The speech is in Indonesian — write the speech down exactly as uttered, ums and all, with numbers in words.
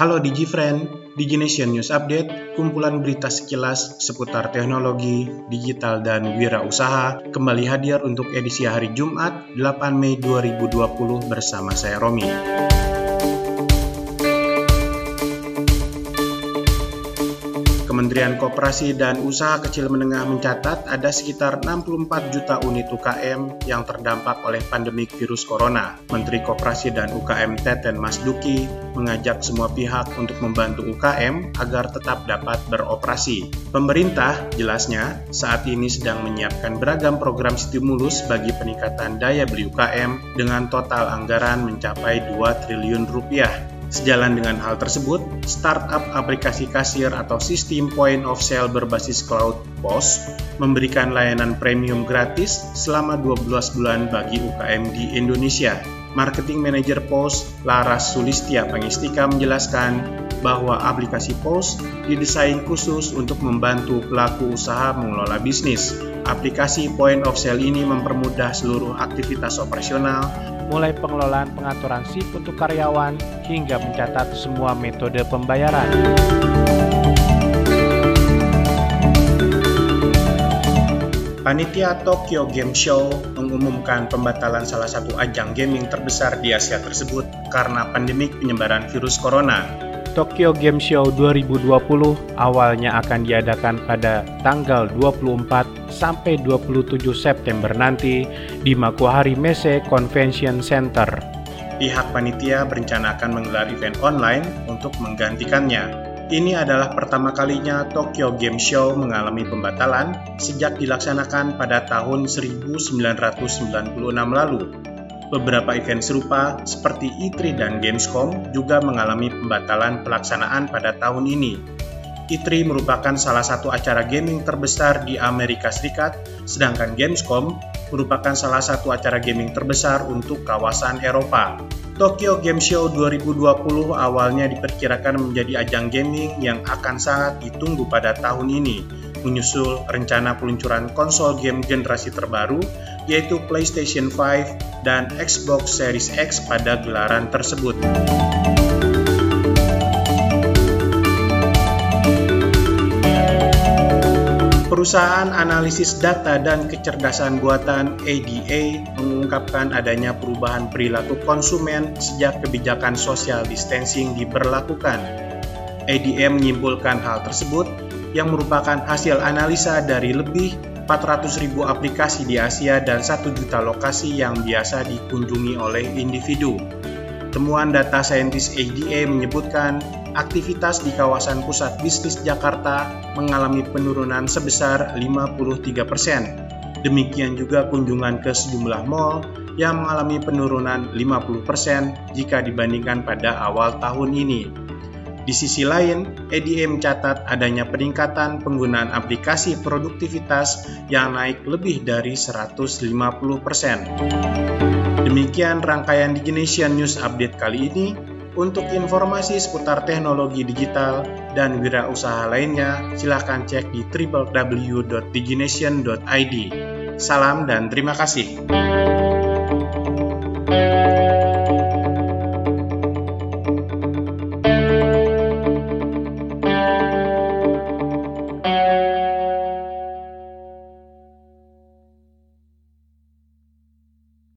Halo DigiFriend, DigiNation News Update, kumpulan berita sekilas seputar teknologi, digital, dan wirausaha kembali hadir untuk edisi hari Jumat, delapan Mei dua ribu dua puluh bersama saya Romi. Kementerian Koperasi dan Usaha Kecil Menengah mencatat ada sekitar enam puluh empat juta unit U K M yang terdampak oleh pandemik virus corona. Menteri Koperasi dan U K M Teten Mas Duki mengajak semua pihak untuk membantu U K M agar tetap dapat beroperasi. Pemerintah, jelasnya, saat ini sedang menyiapkan beragam program stimulus bagi peningkatan daya beli U K M dengan total anggaran mencapai dua triliun rupiah. Sejalan dengan hal tersebut, startup aplikasi kasir atau sistem point of sale berbasis cloud P O S memberikan layanan premium gratis selama dua belas bulan bagi U K M di Indonesia. Marketing Manager P O S, Laras Sulistia Pangestika menjelaskan bahwa aplikasi P O S didesain khusus untuk membantu pelaku usaha mengelola bisnis. Aplikasi point of sale ini mempermudah seluruh aktivitas operasional, mulai pengelolaan pengaturan shift untuk karyawan hingga mencatat semua metode pembayaran. Panitia Tokyo Game Show mengumumkan pembatalan salah satu ajang gaming terbesar di Asia tersebut karena pandemik penyebaran virus corona. Tokyo Game Show dua ribu dua puluh awalnya akan diadakan pada tanggal dua puluh empat sampai dua puluh tujuh September nanti di Makuhari Messe Convention Center. Pihak panitia berencana akan menggelar event online untuk menggantikannya. Ini adalah pertama kalinya Tokyo Game Show mengalami pembatalan sejak dilaksanakan pada tahun seribu sembilan ratus sembilan puluh enam lalu. Beberapa event serupa seperti E tiga dan Gamescom juga mengalami pembatalan pelaksanaan pada tahun ini. E tiga merupakan salah satu acara gaming terbesar di Amerika Serikat, sedangkan Gamescom merupakan salah satu acara gaming terbesar untuk kawasan Eropa. Tokyo Game Show dua ribu dua puluh awalnya diperkirakan menjadi ajang gaming yang akan sangat ditunggu pada tahun ini, menyusul rencana peluncuran konsol game generasi terbaru, yaitu PlayStation lima dan Xbox Series X pada gelaran tersebut. Perusahaan analisis data dan kecerdasan buatan A D A mengungkapkan adanya perubahan perilaku konsumen sejak kebijakan social distancing diberlakukan. A D A menyimpulkan hal tersebut yang merupakan hasil analisa dari lebih empat ratus ribu aplikasi di Asia dan satu juta lokasi yang biasa dikunjungi oleh individu. Temuan data saintis A D A menyebutkan aktivitas di kawasan pusat bisnis Jakarta mengalami penurunan sebesar lima puluh tiga persen. Demikian juga kunjungan ke sejumlah mal yang mengalami penurunan lima puluh persen jika dibandingkan pada awal tahun ini. Di sisi lain, A D A mencatat adanya peningkatan penggunaan aplikasi produktivitas yang naik lebih dari seratus lima puluh persen. Demikian rangkaian DigiNation News Update kali ini. Untuk informasi seputar teknologi digital dan wirausaha lainnya, silakan cek di w w w dot digination dot i d. Salam dan terima kasih.